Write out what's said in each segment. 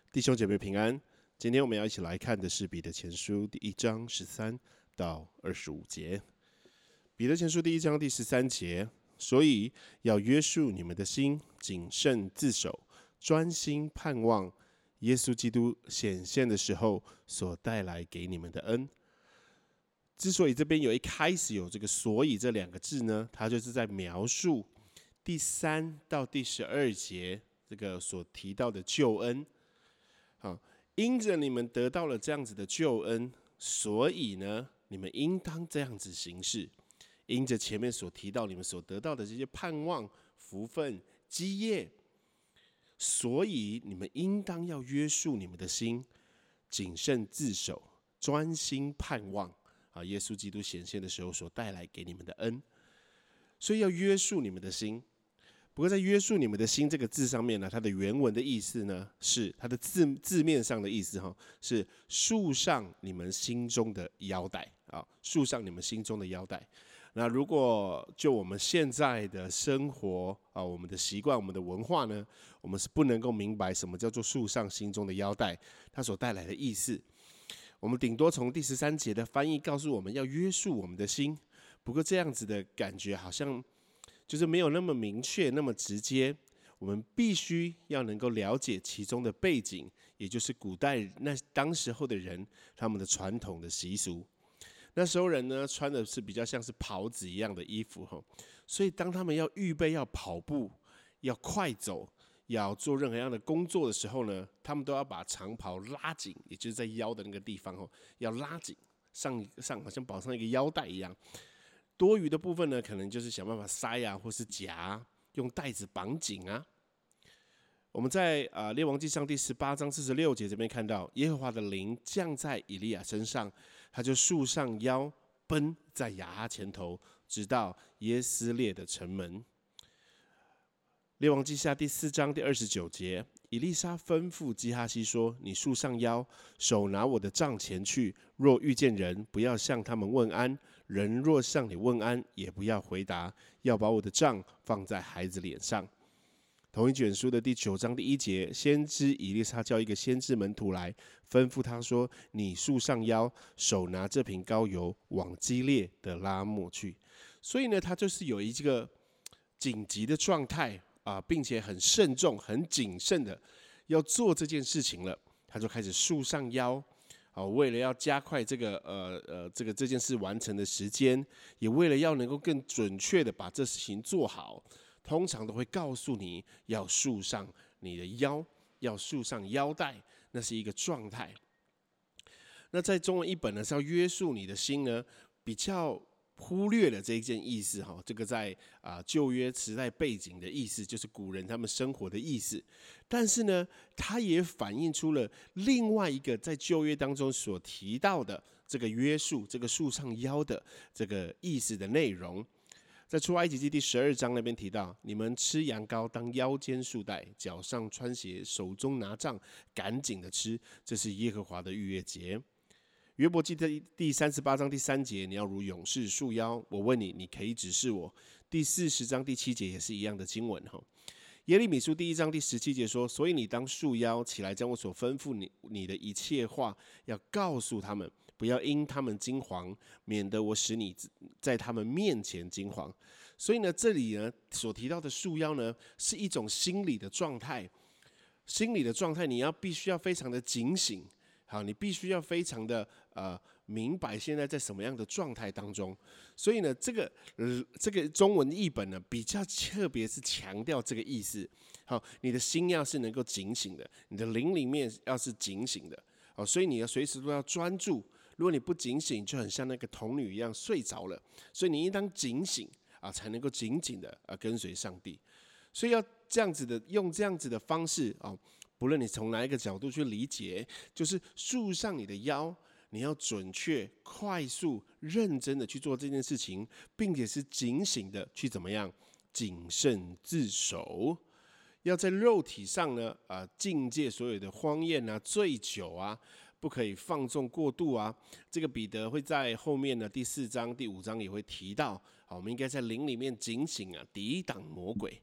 弟兄姐妹平安，今天我们要一起来看的是彼得前书第1章13到25节。彼得前书第1章第13节，所以要约束你们的心，谨慎自守，专心盼望耶稣基督显现的时候所带来给你们的恩。之所以这边一开始有这个所以这两个字呢，它就是在描述第3到第12节这个所提到的救恩。因着你们得到了这样子的救恩，所以呢，你们应当这样子行事。因着前面所提到你们所得到的这些盼望、福分、基业，所以你们应当要约束你们的心，谨慎自守，专心盼望耶稣基督显现的时候所带来给你们的恩。所以要约束你们的心。不过在约束你们的心这个字上面呢，它的原文的意思呢，是它的字面上的意思是束上你们心中的腰带啊，束上你们心中的腰带。那如果就我们现在的生活啊，我们的习惯、我们的文化呢，我们是不能够明白什么叫做束上心中的腰带，它所带来的意思。我们顶多从第13节的翻译告诉我们要约束我们的心，不过这样子的感觉好像就是没有那么明确、那么直接。我们必须要能够了解其中的背景，也就是古代当时候的人他们的传统的习俗。那时候人呢，穿的是比较像是袍子一样的衣服，所以当他们要预备要跑步、要快走、要做任何样的工作的时候呢，他们都要把长袍拉紧，也就是在腰的那个地方要拉紧，上好像绑上一个腰带一样。多余的部分呢，可能就是想办法塞啊，或是夹，用带子绑紧啊。我们在列王纪上第18章46节这边看到，耶和华的灵降在以利亚身上，他就束上腰，奔在亚哈前头，直到耶斯列的城门。列王纪下第4章第29节，以利沙吩咐基哈西说：“你束上腰，手拿我的杖前去。若遇见人，不要向他们问安；人若向你问安，也不要回答，要把我的杖放在孩子脸上。”同一卷书的第9章第1节，先知以利沙叫一个先知门徒来，吩咐他说：“你束上腰，手拿这瓶膏油，往基列的拉末去。”所以呢，他就是有一个紧急的状态。并且很慎重、很谨慎的要做这件事情了，他就开始束上腰，为了要加快这件事完成的时间，也为了要能够更准确的把这事情做好，通常都会告诉你要束上你的腰，要束上腰带，那是一个状态。那在中文译本呢，是要约束你的心呢，比较忽略了这一件意思，这个在旧约时代背景的意思，就是古人他们生活的意思。但是呢，它也反映出了另外一个在旧约当中所提到的这个约束、这个束上腰的这个意思的内容。在出埃及记第12章那边提到，你们吃羊羔当腰间束带，脚上穿鞋，手中拿杖，赶紧的吃，这是耶和华的逾越节。约伯记第38章第3节，你要如勇士束腰，我问你，你可以指示我。第40章第7节也是一样的经文。耶利米书第1章第17节说，所以你当束腰起来，将我所吩咐你的一切话要告诉他们，不要因他们惊惶，免得我使你在他们面前惊惶。所以呢，这里呢所提到的束腰呢，是一种心理的状态。心理的状态，你必须要非常的警醒。好，你必须要非常的明白现在在什么样的状态当中。所以呢，这个中文译本呢，比较特别是强调这个意思。好，你的心要是能够警醒的，你的灵里面要是警醒的。好，所以你要随时都要专注。如果你不警醒，就很像那个童女一样睡着了。所以你应当警醒才能够紧紧的跟随上帝。所以要这样子的用这样子的方式不论你从哪一个角度去理解，就是束上你的腰，你要准确、快速、认真的去做这件事情，并且是警醒的去怎么样谨慎自守。要在肉体上呢境界所有的荒宴醉酒不可以放纵过度这个彼得会在后面呢第4章第5章也会提到，我们应该在灵里面警醒抵挡魔鬼。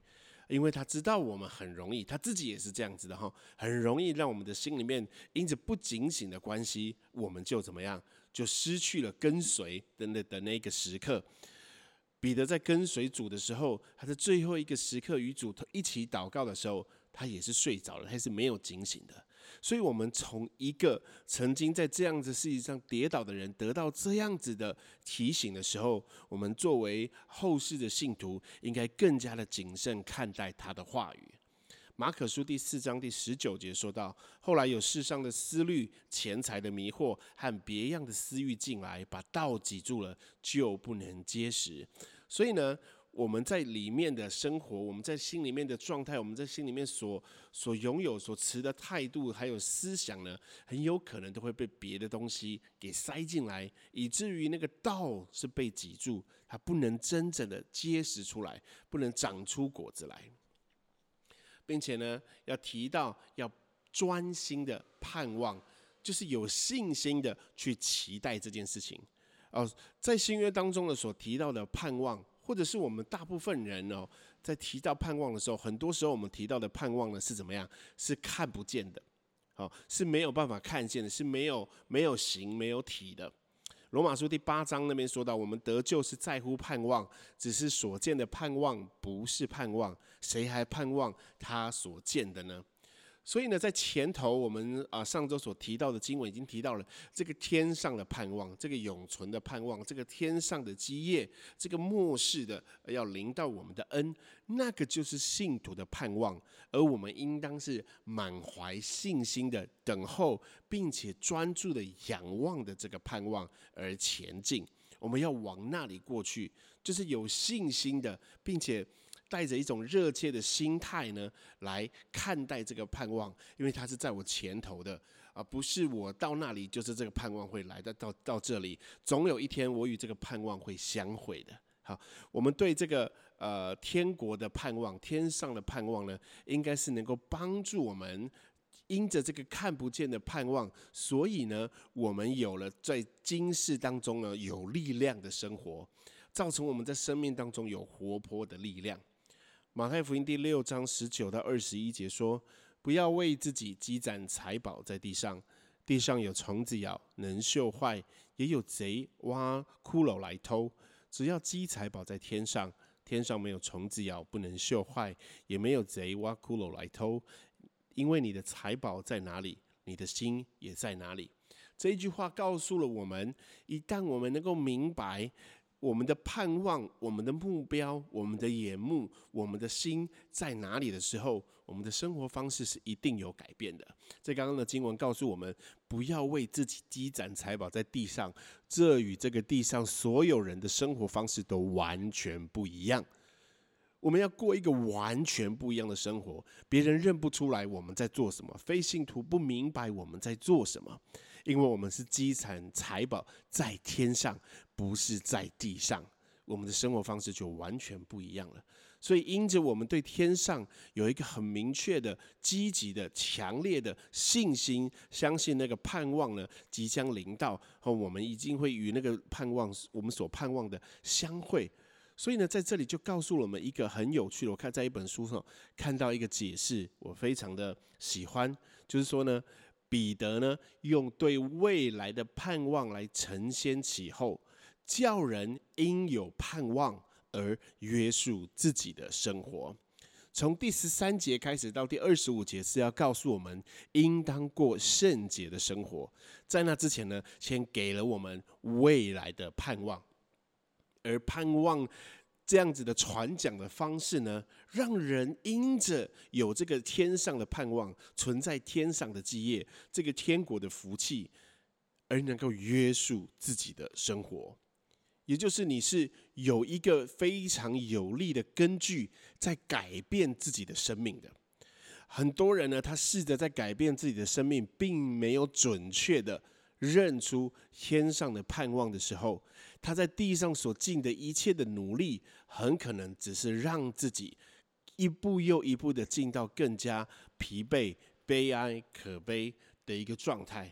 因为他知道我们很容易，他自己也是这样子的哈，很容易让我们的心里面因着不警醒的关系，我们就怎么样，就失去了跟随的那个时刻。彼得在跟随主的时候，他在最后一个时刻与主一起祷告的时候，他也是睡着了，他是没有警醒的。所以，我们从一个曾经在这样子事情上跌倒的人，得到这样子的提醒的时候，我们作为后世的信徒，应该更加的谨慎看待他的话语。马可书第4章第19节说到，后来有世上的思虑、钱财的迷惑和别样的私欲进来，把道挤住了，就不能结实。所以呢，我们在里面的生活，我们在心里面的状态，我们在心里面所拥有、所持的态度，还有思想呢，很有可能都会被别的东西给塞进来，以至于那个道是被挤住，它不能真正的结实出来，不能长出果子来。并且呢，要提到要专心的盼望，就是有信心的去期待这件事情。在新约当中的所提到的盼望，或者是我们大部分人在提到盼望的时候，很多时候我们提到的盼望呢是怎么样？是看不见的，是没有办法看见的，是没有形没有体的。罗马书第8章那边说到，我们得救是在乎盼望，只是所见的盼望不是盼望，谁还盼望他所见的呢？所以呢，在前头我们上周所提到的经文已经提到了这个天上的盼望，这个永存的盼望，这个天上的基业，这个末世的要临到我们的恩，那个就是信徒的盼望。而我们应当是满怀信心的等候，并且专注的仰望的这个盼望而前进。我们要往那里过去，就是有信心的，并且带着一种热切的心态呢，来看待这个盼望，因为它是在我前头的，不是我到那里就是这个盼望会来的到这里，总有一天我与这个盼望会相会的。好，我们对这个天国的盼望、天上的盼望呢，应该是能够帮助我们。因着这个看不见的盼望，所以呢，我们有了在今世当中呢有力量的生活，造成我们在生命当中有活泼的力量。马太福音第6章19到21节说：“不要为自己积攒财宝在地上，地上有虫子咬，能锈坏；也有贼挖骷髅来偷。只要积财宝在天上，天上没有虫子咬，不能锈坏，也没有贼挖骷髅来偷。因为你的财宝在哪里，你的心也在哪里。”这一句话告诉了我们，一旦我们能够明白我们的盼望、我们的目标、我们的眼目、我们的心在哪里的时候，我们的生活方式是一定有改变的。在刚刚的经文告诉我们，不要为自己积攒财宝在地上，这与这个地上所有人的生活方式都完全不一样。我们要过一个完全不一样的生活，别人认不出来我们在做什么，非信徒不明白我们在做什么，因为我们是积攒财宝在天上，不是在地上，我们的生活方式就完全不一样了。所以因着我们对天上有一个很明确的、积极的、强烈的信心，相信那个盼望呢即将临到，我们已经会与那个盼望，我们所盼望的相会。所以呢，在这里就告诉了我们一个很有趣的，我看在一本书上看到一个解释，我非常的喜欢，就是说呢，彼得呢用对未来的盼望来承先启后，叫人因有盼望而约束自己的生活。从第13节开始到第25节是要告诉我们应当过圣洁的生活，在那之前呢，先给了我们未来的盼望。而盼望这样子的传讲的方式呢，让人因着有这个天上的盼望，存在天上的基业，这个天国的福气，而能够约束自己的生活。也就是你是有一个非常有力的根据，在改变自己的生命的。很多人呢，他试着在改变自己的生命，并没有准确的认出天上的盼望的时候，他在地上所尽的一切的努力，很可能只是让自己一步又一步的进到更加疲惫、悲哀、可悲的一个状态。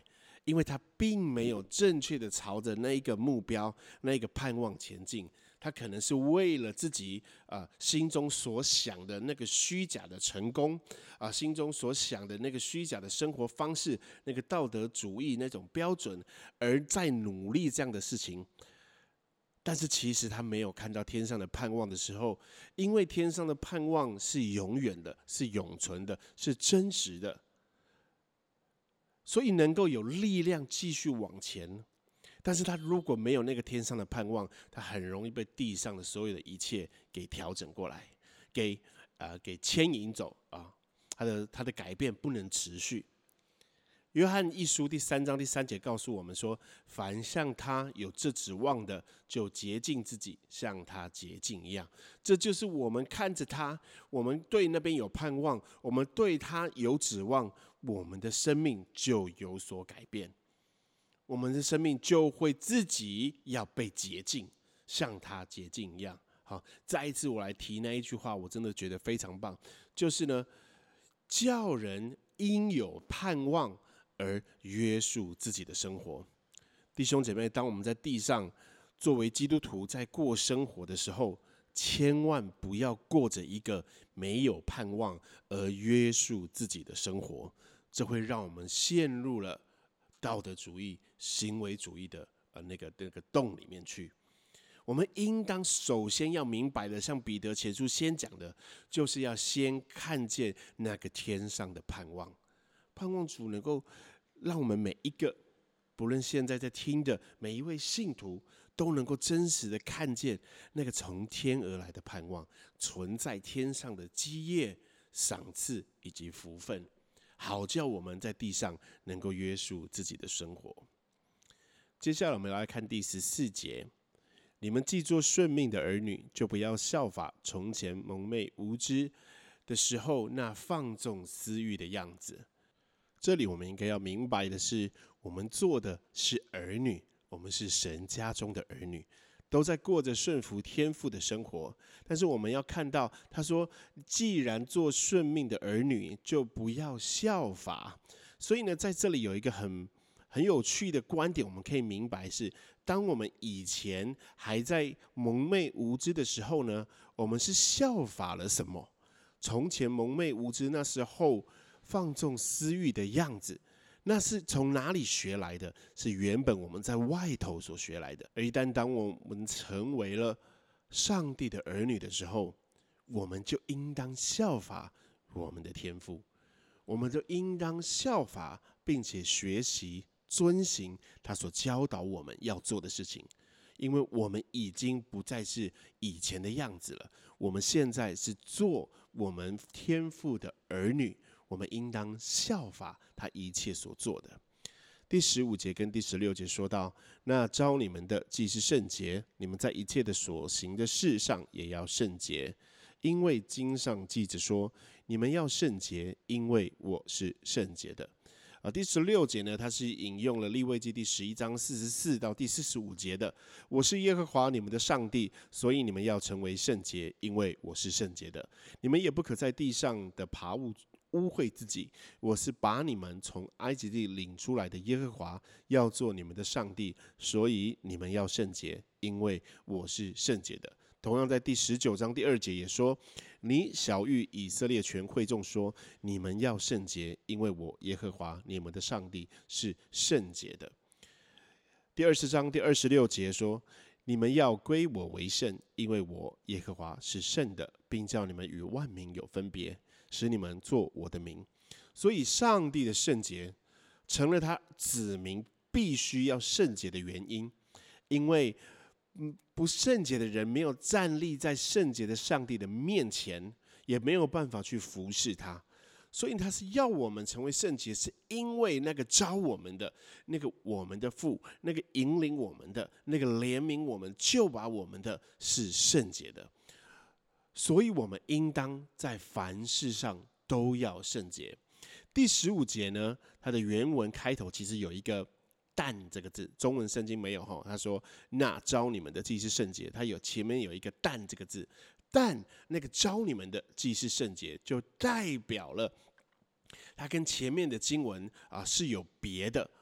因为他并没有正确的朝着那一个目标、那一个盼望前进。他可能是为了自己心中所想的那个虚假的成功心中所想的那个虚假的生活方式、那个道德主义那种标准，而在努力这样的事情。但是其实他没有看到天上的盼望的时候，因为天上的盼望是永远的、是永存的、是真实的，所以能够有力量继续往前。但是他如果没有那个天上的盼望，他很容易被地上的所有的一切给调整过来，给牵引走他的改变不能持续。约翰一书第3章第3节告诉我们说：凡向他有这指望的，就洁净自己，像他洁净一样。这就是我们看着他，我们对那边有盼望，我们对他有指望，我们的生命就有所改变，我们的生命就会自己要被洁净，像他洁净一样。好，再一次我来提那一句话，我真的觉得非常棒，就是呢，叫人因有盼望而约束自己的生活。弟兄姐妹，当我们在地上作为基督徒在过生活的时候，千万不要过着一个没有盼望而约束自己的生活，这会让我们陷入了道德主义、行为主义的那个洞里面去。我们应当首先要明白的，像彼得前书先讲的，就是要先看见那个天上的盼望。盼望主能够让我们每一个，不论现在在听的每一位信徒，都能够真实的看见那个从天而来的盼望，存在天上的基业、赏赐以及福分，好叫我们在地上能够约束自己的生活。接下来我们来看第14节：你们既做顺命的儿女，就不要效法从前蒙昧无知的时候那放纵私欲的样子。这里我们应该要明白的是，我们做的是儿女，我们是神家中的儿女，都在过着顺服天父的生活。但是我们要看到，他说既然做顺命的儿女，就不要效法。所以呢，在这里有一个很有趣的观点，我们可以明白是，当我们以前还在蒙昧无知的时候呢，我们是效法了什么？从前蒙昧无知，那时候放纵私欲的样子，那是从哪里学来的？是原本我们在外头所学来的。而一旦当我们成为了上帝的儿女的时候，我们就应当效法我们的天父，我们就应当效法并且学习遵行他所教导我们要做的事情。因为我们已经不再是以前的样子了，我们现在是做我们天父的儿女，我们应当效法他一切所做的。第15节跟第16节说到：那召你们的既是圣洁，你们在一切的所行的事上也要圣洁，因为经上记着说：你们要圣洁，因为我是圣洁的。第16节呢，它是引用了利未记第11章44到第45节的：我是耶和华你们的上帝，所以你们要成为圣洁，因为我是圣洁的。你们也不可在地上的爬物污秽自己，我是把你们从埃及地领出来的耶和华，要做你们的上帝，所以你们要圣洁，因为我是圣洁的。同样在第19章第2节也说：你晓谕以色列全会众说，你们要圣洁，因为我耶和华你们的上帝是圣洁的。第20章第26节说：你们要归我为圣，因为我耶和华是圣的，并叫你们与万民有分别，使你们做我的名。所以上帝的圣洁成了他子民必须要圣洁的原因，因为不圣洁的人没有站立在圣洁的上帝的面前，也没有办法去服侍他。所以他是要我们成为圣洁，是因为那个召我们的那个我们的父，那个引领我们的那个怜悯我们救拔我们的是圣洁的。所以我们应当在凡事上都要圣洁。第15节呢，它的原文开头其实有一个但这个字，中文圣经没有。他说那召你们的既是圣洁，他前面有一个但这个字，但那个召你们的既是圣洁，就代表了他跟前面的经文是有别的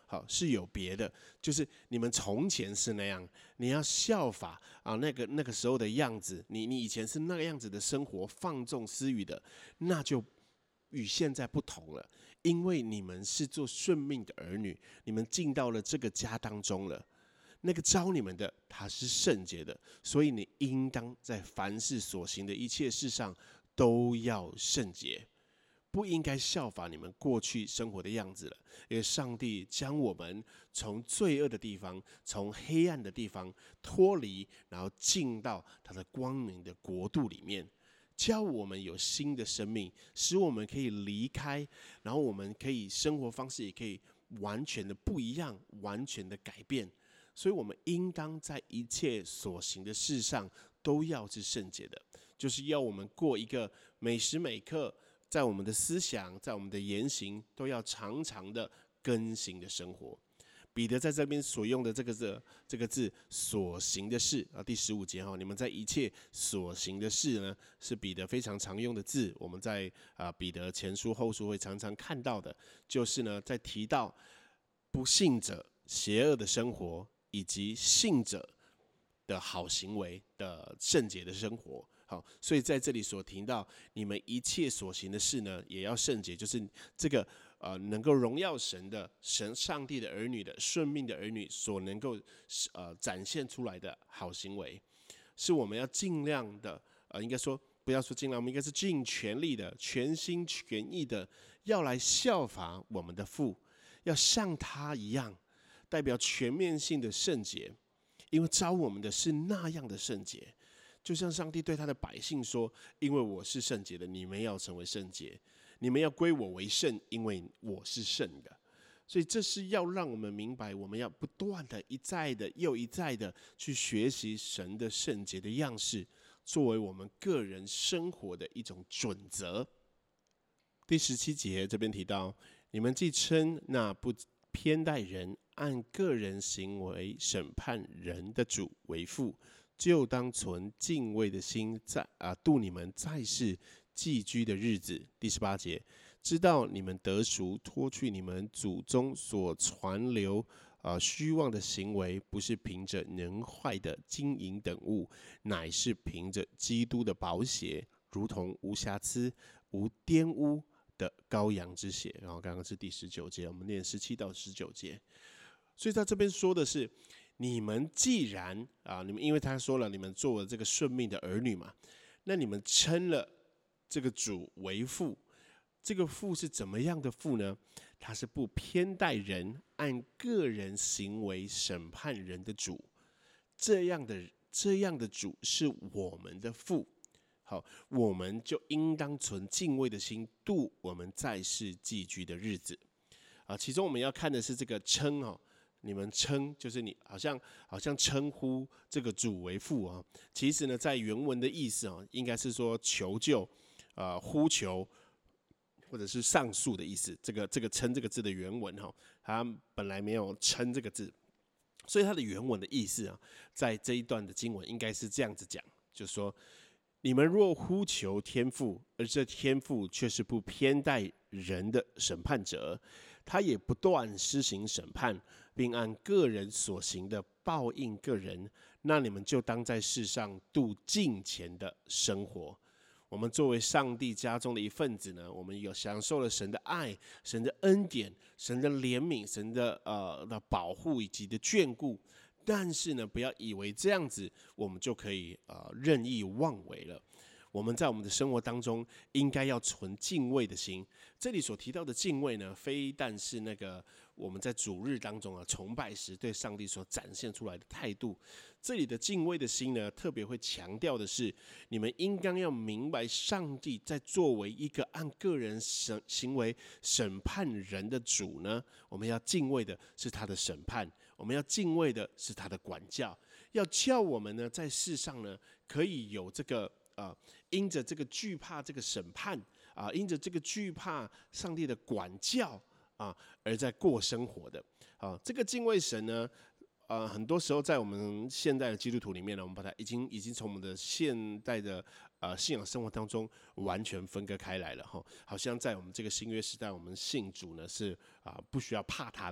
好，是有别的，就是你们从前是那样，你要效法啊那个时候的样子，你以前是那个样子的生活，放纵私欲的，那就与现在不同了，因为你们是做顺命的儿女，你们进到了这个家当中了。那个招你们的，他是圣洁的，所以你应当在凡事所行的一切事上都要圣洁。不应该效法你们过去生活的样子了，因为上帝将我们从罪恶的地方、从黑暗的地方脱离，然后进到他的光明的国度里面，教我们有新的生命，使我们可以离开，然后我们可以生活方式也可以完全的不一样，完全的改变。所以我们应当在一切所行的事上都要是圣洁的，就是要我们过一个每时每刻在我们的思想，在我们的言行，都要常常的更新的生活。彼得在这边所用的这个字所行的事啊，第15节哈，你们在一切所行的事呢，是彼得非常常用的字。我们在彼得前书后书会常常看到的，就是呢在提到不信者邪恶的生活，以及信者的好行为的圣洁的生活。好，所以在这里所提到，你们一切所行的事呢，也要圣洁，就是这个能够荣耀神的上帝的儿女的顺命的儿女所能够展现出来的好行为，是我们要尽量的应该说不要说尽量，我们应该是尽全力的、全心全意的，要来效法我们的父，要像他一样，代表全面性的圣洁，因为召我们的是那样的圣洁。就像上帝对他的百姓说：“因为我是圣洁的，你们要成为圣洁；你们要归我为圣，因为我是圣的。”所以这是要让我们明白，我们要不断的、一再的、又一再的去学习神的圣洁的样式，作为我们个人生活的一种准则。第17节这边提到：“你们既称那不偏待人、按个人行为审判人的主为父，就当存敬畏的心度你们在世寄居的日子。”第18节，知道你们得赎，脱去你们祖宗所传流虚妄的行为，不是凭着能坏的金银等物，乃是凭着基督的宝血，如同无瑕疵、无玷污的羔羊之血。然后刚刚是第19节，我们念17到19节。所以在这边说的是，你们既然你们因为他说了，你们做了这个顺命的儿女嘛，那你们称了这个主为父。这个父是怎么样的父呢？他是不偏待人，按个人行为审判人的主。这样的主是我们的父。好，我们就应当存敬畏的心，度我们在世寄居的日子。其中我们要看的是这个称哦。你们称就是你好像称呼这个主为父啊，其实呢，在原文的意思应该是说求救、呼求，或者是上诉的意思。这个称这个字的原文它本来没有称这个字，所以它的原文的意思在这一段的经文应该是这样子讲，就是说，你们若呼求天父，而这天父却是不偏待人的审判者，他也不断施行审判，并按个人所行的报应个人，那你们就当在世上度敬虔的生活。我们作为上帝家中的一份子呢，我们有享受了神的爱、神的恩典、神的怜悯、神的保护以及的眷顾。但是呢，不要以为这样子我们就可以任意妄为了。我们在我们的生活当中应该要存敬畏的心。这里所提到的敬畏呢，非但是那个我们在主日当中崇拜时对上帝所展现出来的态度。这里的敬畏的心呢，特别会强调的是，你们应当要明白，上帝在作为一个按个人行为审判人的主呢，我们要敬畏的是他的审判，我们要敬畏的是他的管教，要叫我们呢在世上呢可以有这个因着这个惧怕这个审判因着这个惧怕上帝的管教而在过生活的这个敬畏神呢，很多时候在我们现代的基督徒里面呢，我们把它已经从我们的现代的信仰生活当中完全分割开来了好像在我们这个新约时代，我们信主呢是不需要怕他了。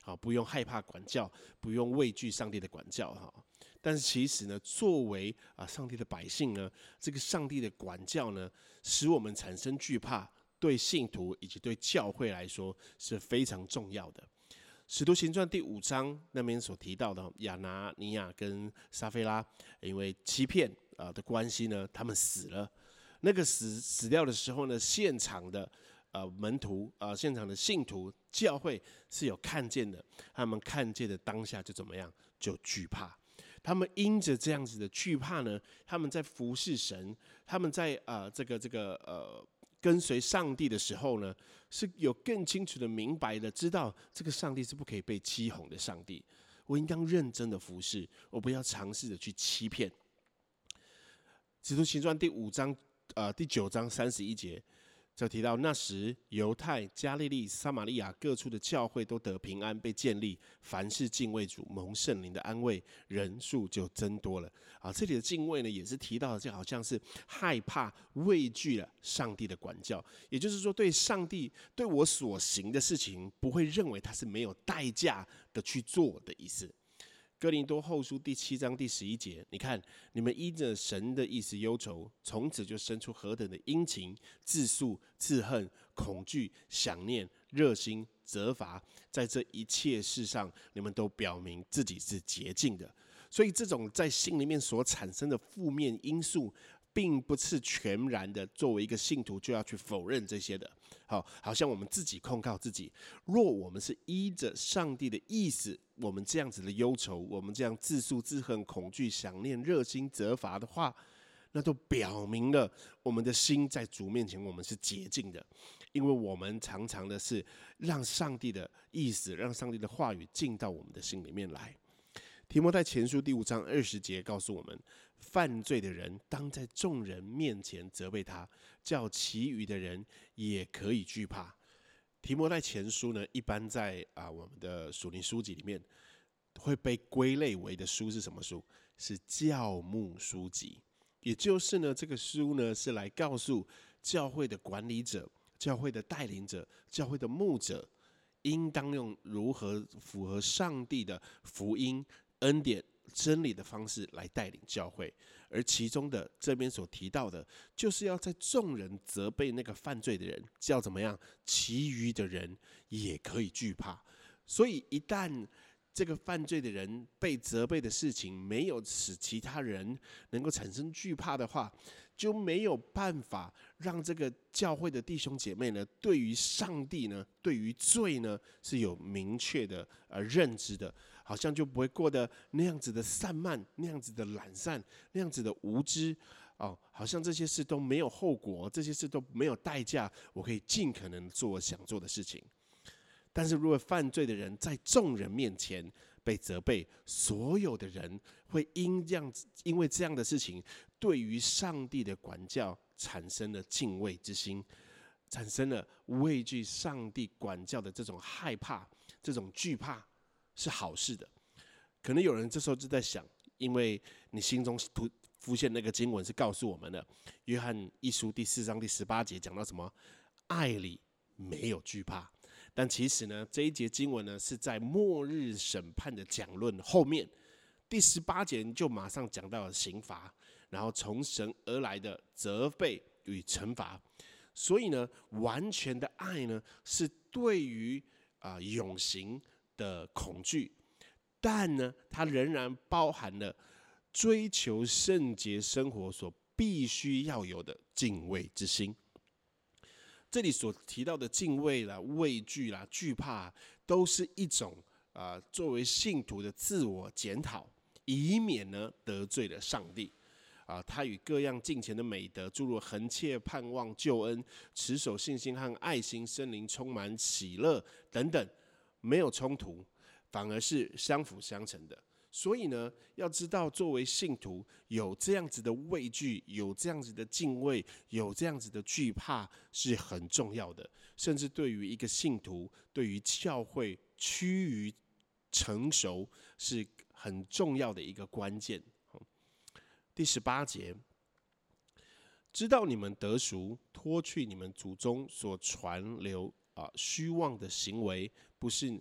好，不用害怕管教，不用畏惧上帝的管教哈。但是其实呢，作为上帝的百姓呢，这个上帝的管教呢，使我们产生惧怕，对信徒以及对教会来说是非常重要的。使徒行传第5章那边所提到的亚拿尼亚跟撒非拉，因为欺骗的关系呢，他们死了。那个死掉的时候呢，现场的门徒现场的信徒教会是有看见的，他们看见的当下就怎么样，就惧怕。他们因着这样子的惧怕呢，他们在服侍神，他们在跟随上帝的时候呢，是有更清楚的明白的知道这个上帝是不可以被欺哄的上帝。我应当认真的服侍，我不要尝试的去欺骗。使徒行传第9章31节就提到，那时犹太、加利利、撒玛利亚各处的教会都得平安，被建立，凡事敬畏主，蒙圣灵的安慰，人数就增多了。这里的敬畏呢，也是提到的，就好像是害怕、畏惧了上帝的管教，也就是说，对上帝对我所行的事情，不会认为他是没有代价的去做的意思。哥林多后书第7章第11节，你看，你们依着神的意思忧愁，从此就生出何等的殷勤、自诉、自恨、恐惧、想念、热心、责罚，在这一切事上，你们都表明自己是洁净的。所以，这种在心里面所产生的负面因素，并不是全然的作为一个信徒就要去否认这些的。好像我们自己控告自己。若我们是依着上帝的意思，我们这样子的忧愁，我们这样自诉、自恨、恐惧、想念、热心、责罚的话，那都表明了我们的心在主面前我们是洁净的，因为我们常常的是让上帝的意思、让上帝的话语进到我们的心里面来。提摩太前书第5章20节告诉我们，犯罪的人当在众人面前责备他，叫其余的人也可以惧怕。提摩太前书呢，一般在我们的属灵书籍里面会被归类为的书是什么书？是教牧书籍。也就是呢，这个书呢是来告诉教会的管理者、教会的带领者、教会的牧者，应当用如何符合上帝的福音、恩典、真理的方式来带领教会。而其中的这边所提到的，就是要在众人责备那个犯罪的人，叫怎么样，其余的人也可以惧怕。所以一旦这个犯罪的人被责备的事情没有使其他人能够产生惧怕的话，就没有办法让这个教会的弟兄姐妹呢，对于上帝呢，对于罪呢，是有明确的认知的，好像就不会过得那样子的散漫，那样子的懒散，那样子的无知好像这些事都没有后果，这些事都没有代价，我可以尽可能做我想做的事情。但是如果犯罪的人在众人面前被责备，所有的人会因为这样的事情，对于上帝的管教产生了敬畏之心，产生了畏惧上帝管教的这种害怕，这种惧怕是好事的。可能有人这时候就在想，因为你心中浮现那个经文是告诉我们的，约翰一书第4章第18节讲到什么？爱里没有惧怕。但其实呢，这一节经文呢是在末日审判的讲论后面，第18节就马上讲到了刑罚，然后从神而来的责备与惩罚。所以呢，完全的爱呢是对于永刑的恐惧，但呢，它仍然包含了追求圣洁生活所必须要有的敬畏之心。这里所提到的敬畏啦、畏惧啦、惧怕，都是一种作为信徒的自我检讨，以免呢得罪了上帝。他与各样敬虔的美德，诸如恒切盼望救恩、持守信心和爱心、圣灵充满、喜乐等等，没有冲突，反而是相辅相成的。所以呢，要知道作为信徒有这样子的畏惧，有这样子的敬畏，有这样子的惧怕是很重要的，甚至对于一个信徒，对于教会趋于成熟是很重要的一个关键。第18节，知道你们得赎，脱去你们祖宗所传流虚妄的行为，不是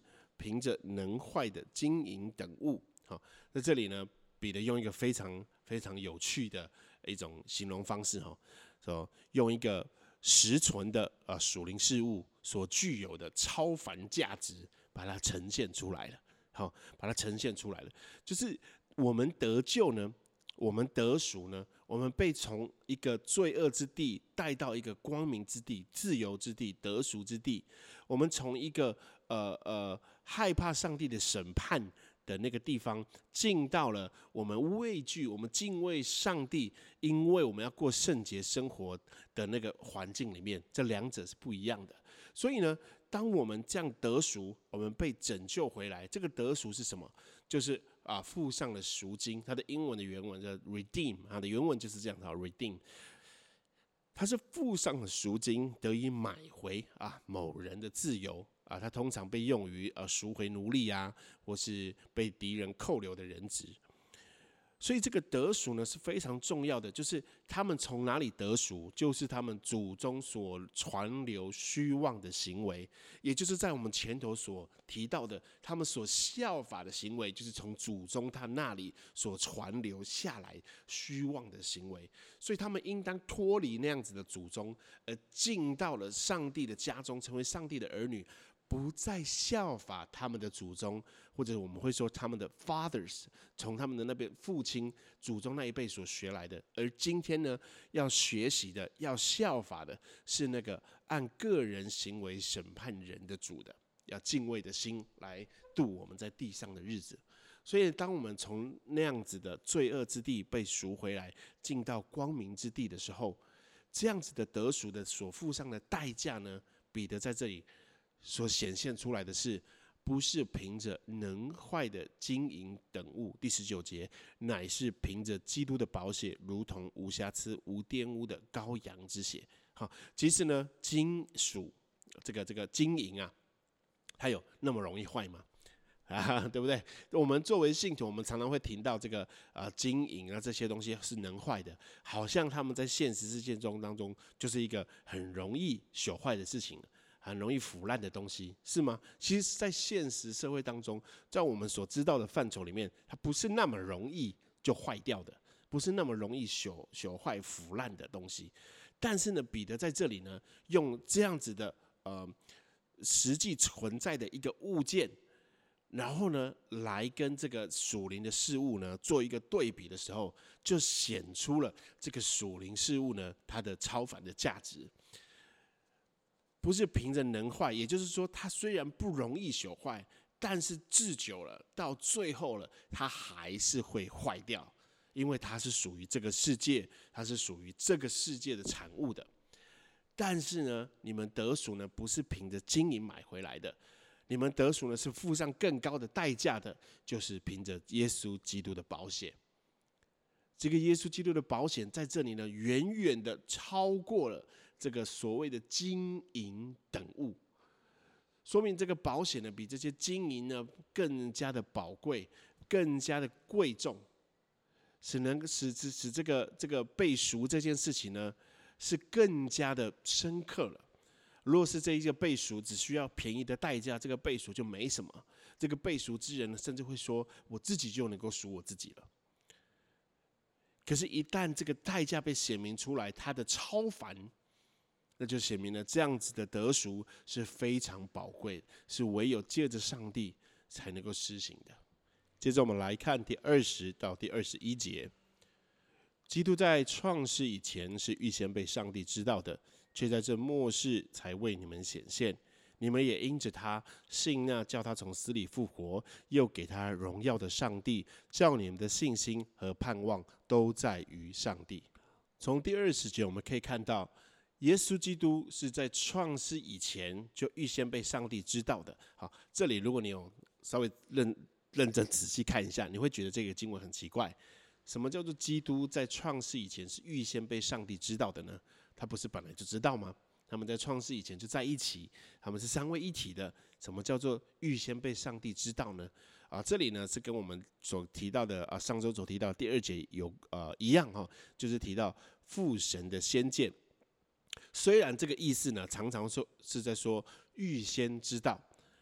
凭着能坏的金银等物。好，在这里呢，彼得用一个非常非常有趣的一种形容方式，用一个实存的属灵事物所具有的超凡价值，把它呈现出来了。好，把它呈现出来了，就是我们得救呢，我们得赎呢，我们被从一个罪恶之地带到一个光明之地、自由之地、得赎之地。我们从一个害怕上帝的审判的那个地方，进到了我们畏惧、我们敬畏上帝，因为我们要过圣洁生活的那个环境里面。这两者是不一样的。所以呢，当我们这样得赎，我们被拯救回来，这个得赎是什么？就是付上了赎金。它的英文的原文叫 redeem， 它的原文就是这样的 redeem。它是付上了赎金，得以买回某人的自由它通常被用于赎回奴隶或是被敌人扣留的人质。所以这个得赎呢是非常重要的，就是他们从哪里得赎，就是他们祖宗所传流虚妄的行为，也就是在我们前头所提到的，他们所效法的行为，就是从祖宗他那里所传流下来虚妄的行为。所以他们应当脱离那样子的祖宗，而进到了上帝的家中，成为上帝的儿女，不再效法他们的祖宗，或者我们会说他们的 fathers， 从他们的那边父亲、祖宗那一辈所学来的。而今天呢，要学习的、要效法的是那个按个人行为审判人的主的，要敬畏的心来度我们在地上的日子。所以，当我们从那样子的罪恶之地被赎回来，进到光明之地的时候，这样子的得赎的所付上的代价呢，彼得在这里所显现出来的是，不是凭着能坏的金银等物，第19节，乃是凭着基督的宝血，如同无瑕疵、无玷污的羔羊之血。好，其实呢，金属这个金银它有那么容易坏吗？对不对？我们作为信徒，我们常常会听到这个金银这些东西是能坏的，好像他们在现实世界中当中就是一个很容易朽坏的事情，很容易腐烂的东西，是吗？其实，在现实社会当中，在我们所知道的范畴里面，它不是那么容易就坏掉的，不是那么容易朽坏腐烂的东西。但是呢，彼得在这里呢，用这样子的实际存在的一个物件，然后呢，来跟这个属灵的事物呢做一个对比的时候，就显出了这个属灵事物呢它的超凡的价值。不是凭着能坏，也就是说，它虽然不容易朽坏，但是治久了，到最后了，它还是会坏掉，因为它是属于这个世界，它是属于这个世界的产物的。但是呢，你们得赎呢，不是凭着金银买回来的，你们得赎呢是付上更高的代价的，就是凭着耶稣基督的保险。这个耶稣基督的保险在这里呢，远远的超过了这个所谓的金银等物，说明这个保险呢，比这些金银呢更加的宝贵，更加的贵重，能使这个被赎这件事情呢，是更加的深刻了。如果是这一个被赎只需要便宜的代价，这个被赎就没什么。这个被赎之人呢，甚至会说：“我自己就能够赎我自己了。”可是，一旦这个代价被显明出来，它的超凡，那就显明了这样子的得赎是非常宝贵的，是唯有借着上帝才能够施行的。接着我们来看第20到第21节。基督在创世以前是预先被上帝知道的，却在这末世才为你们显现。你们也因着他信那叫他从死里复活，又给他荣耀的上帝，叫你们的信心和盼望都在于上帝。从第20节我们可以看到，耶稣基督是在创世以前就预先被上帝知道的。好，这里如果你有稍微认真仔细看一下，你会觉得这个经文很奇怪。什么叫做基督在创世以前是预先被上帝知道的呢？他不是本来就知道吗？他们在创世以前就在一起，他们是三位一体的。什么叫做预先被上帝知道呢？这里呢是跟我们所提到的上周所提到的第2节一样就是提到父神的先见。虽然这个意思呢常常说是在说预先知道，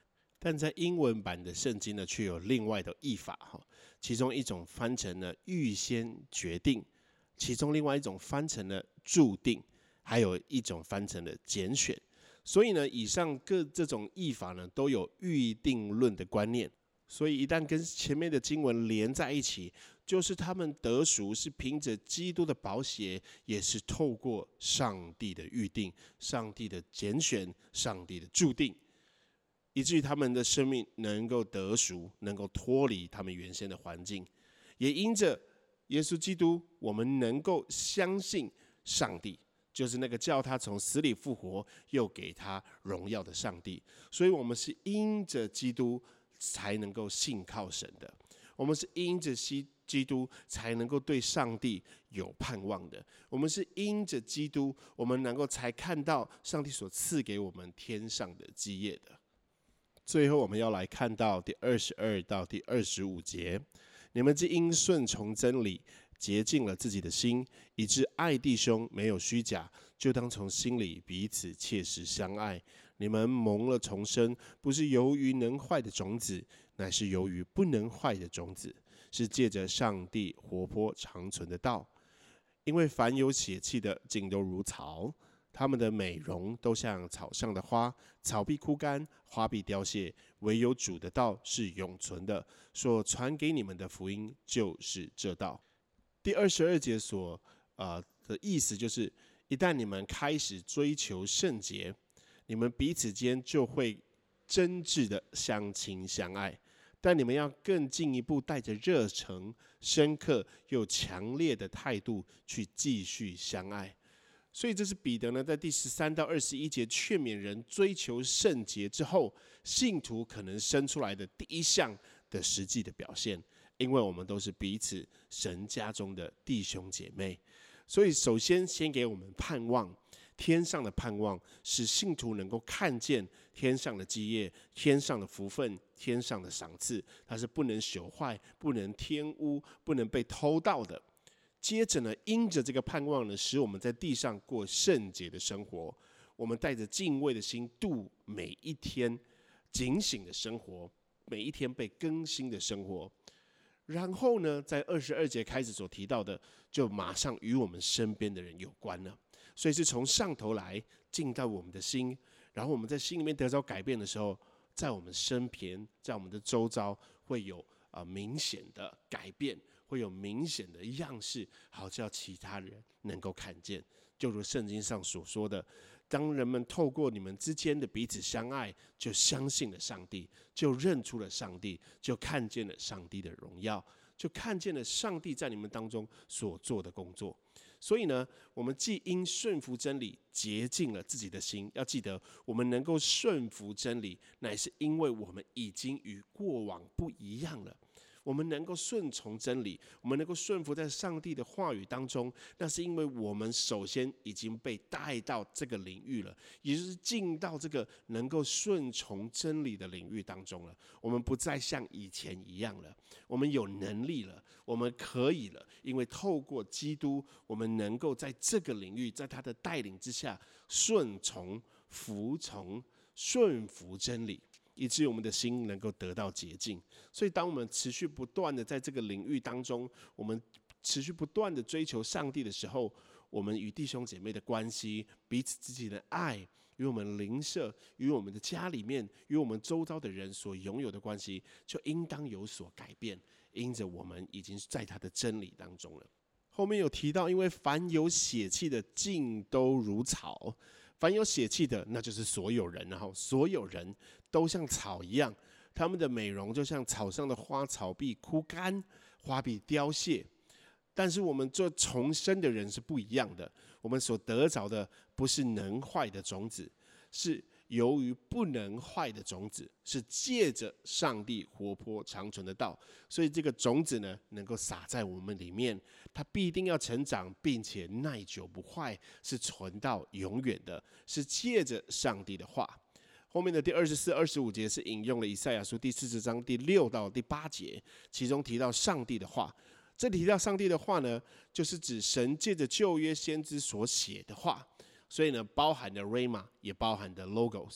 但在英文版的圣经呢，却有另外的译法哈。其中一种翻成了预先决定，其中另外一种翻成了注定，还有一种翻成了拣选。所以呢，以上各这种译法呢，都有预定论的观念。所以一旦跟前面的经文连在一起，就是他们得赎是凭着基督的宝血，也是透过上帝的预定、上帝的拣选、上帝的注定，以至于他们的生命能够得赎，能够脱离他们原先的环境。也因着耶稣基督，我们能够相信上帝，就是那个叫他从死里复活，又给他荣耀的上帝。所以我们是因着基督才能够信靠神的，我们是因着基督才能够对上帝有盼望的，我们是因着基督，我们能够才看到上帝所赐给我们天上的基业的。最后我们要来看到第22到第25节，你们既因顺从真理洁净了自己的心，以致爱弟兄没有虚假，就当从心里彼此切实相爱。你们蒙了重生，不是由于能坏的种子，乃是由于不能坏的种子，是借着上帝活泼长存的道。因为凡有血气的，尽都如草，他们的美容都像草上的花，草必枯干，花必凋谢，唯有主的道是永存的。所传给你们的福音就是这道。第22节的意思就是，一旦你们开始追求圣洁，你们彼此间就会真挚的相亲相爱，但你们要更进一步带着热诚、深刻又强烈的态度去继续相爱。所以这是彼得呢在第13到21节劝勉人追求圣洁之后，信徒可能生出来的第一项的实际的表现。因为我们都是彼此神家中的弟兄姐妹，所以首先给我们盼望，天上的盼望使信徒能够看见天上的基业、天上的福分、天上的赏赐，它是不能朽坏、不能玷污、不能被偷盗的。接着呢，因着这个盼望呢，使我们在地上过圣洁的生活，我们带着敬畏的心度每一天警醒的生活，每一天被更新的生活。然后呢，在22节开始所提到的，就马上与我们身边的人有关了。所以是从上头来进到我们的心，然后我们在心里面得到改变的时候，在我们身边，在我们的周遭会有明显的改变，会有明显的样式，好叫其他人能够看见。就如圣经上所说的，当人们透过你们之间的彼此相爱，就相信了上帝，就认出了上帝，就看见了上帝的荣耀，就看见了上帝在你们当中所做的工作。所以呢，我们既因顺服真理洁净了自己的心，要记得我们能够顺服真理，乃是因为我们已经与过往不一样了。我们能够顺从真理，我们能够顺服在上帝的话语当中，那是因为我们首先已经被带到这个领域了，也就是进到这个能够顺从真理的领域当中了。我们不再像以前一样了，我们有能力了，我们可以了，因为透过基督，我们能够在这个领域，在他的带领之下，顺从、服从、顺服真理，以致我们的心能够得到洁净。所以当我们持续不断的在这个领域当中，我们持续不断的追求上帝的时候，我们与弟兄姐妹的关系，彼此之间的爱，与我们邻舍，与我们的家里面，与我们周遭的人所拥有的关系，就应当有所改变，因着我们已经在他的真理当中了。后面有提到，因为凡有血气的，尽都如草。凡有血气的，那就是所有人，然后所有人都像草一样，他们的美容就像草上的花，草必枯干，花必凋谢。但是我们做重生的人是不一样的，我们所得着的不是能坏的种子，是由于不能坏的种子，是借着上帝活泼长存的道，所以这个种子呢，能够撒在我们里面，它必定要成长，并且耐久不坏，是存到永远的，是借着上帝的话。后面的第24、25节是引用了以赛亚书第40章第6到第8节，其中提到上帝的话。这里提到上帝的话呢，就是指神借着旧约先知所写的话，所以呢，包含的 Rhema 也包含的 Logos。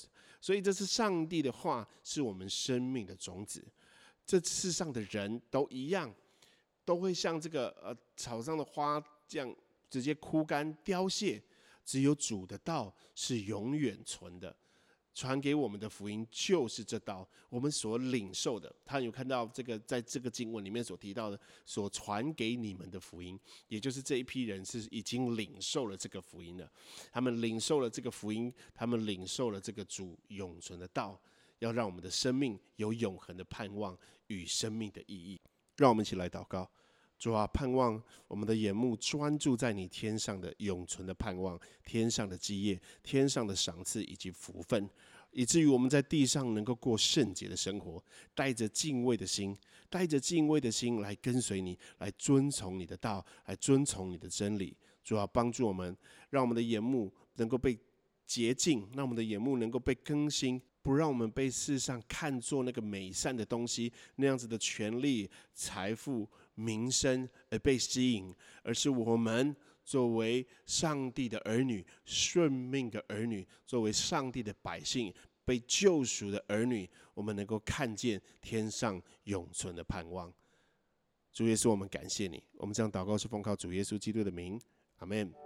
所以这是上帝的话，是我们生命的种子。这世上的人都一样，都会像这个草上的花这样直接枯干凋谢，只有主的道是永远存的。传给我们的福音就是这道，我们所领受的。他有看到这个，在这个经文里面所提到的，所传给你们的福音，也就是这一批人是已经领受了这个福音了。他们领受了这个福音，他们领受了这个主永存的道，要让我们的生命有永恒的盼望与生命的意义。让我们一起来祷告。主啊，盼望我们的眼目专注在你天上的永存的盼望，天上的基业，天上的赏赐以及福分，以至于我们在地上能够过圣洁的生活，带着敬畏的心，来跟随你，来遵从你的道，来遵从你的真理。主啊，帮助我们，让我们的眼目能够被洁净，让我们的眼目能够被更新，不让我们被世上看作那个美善的东西，那样子的权利、财富、名声而被吸引，而是我们作为上帝的儿女、顺命的儿女，作为上帝的百姓、被救赎的儿女，我们能够看见天上永存的盼望。主耶稣，我们感谢你，我们这样祷告是奉靠主耶稣基督的名，阿们。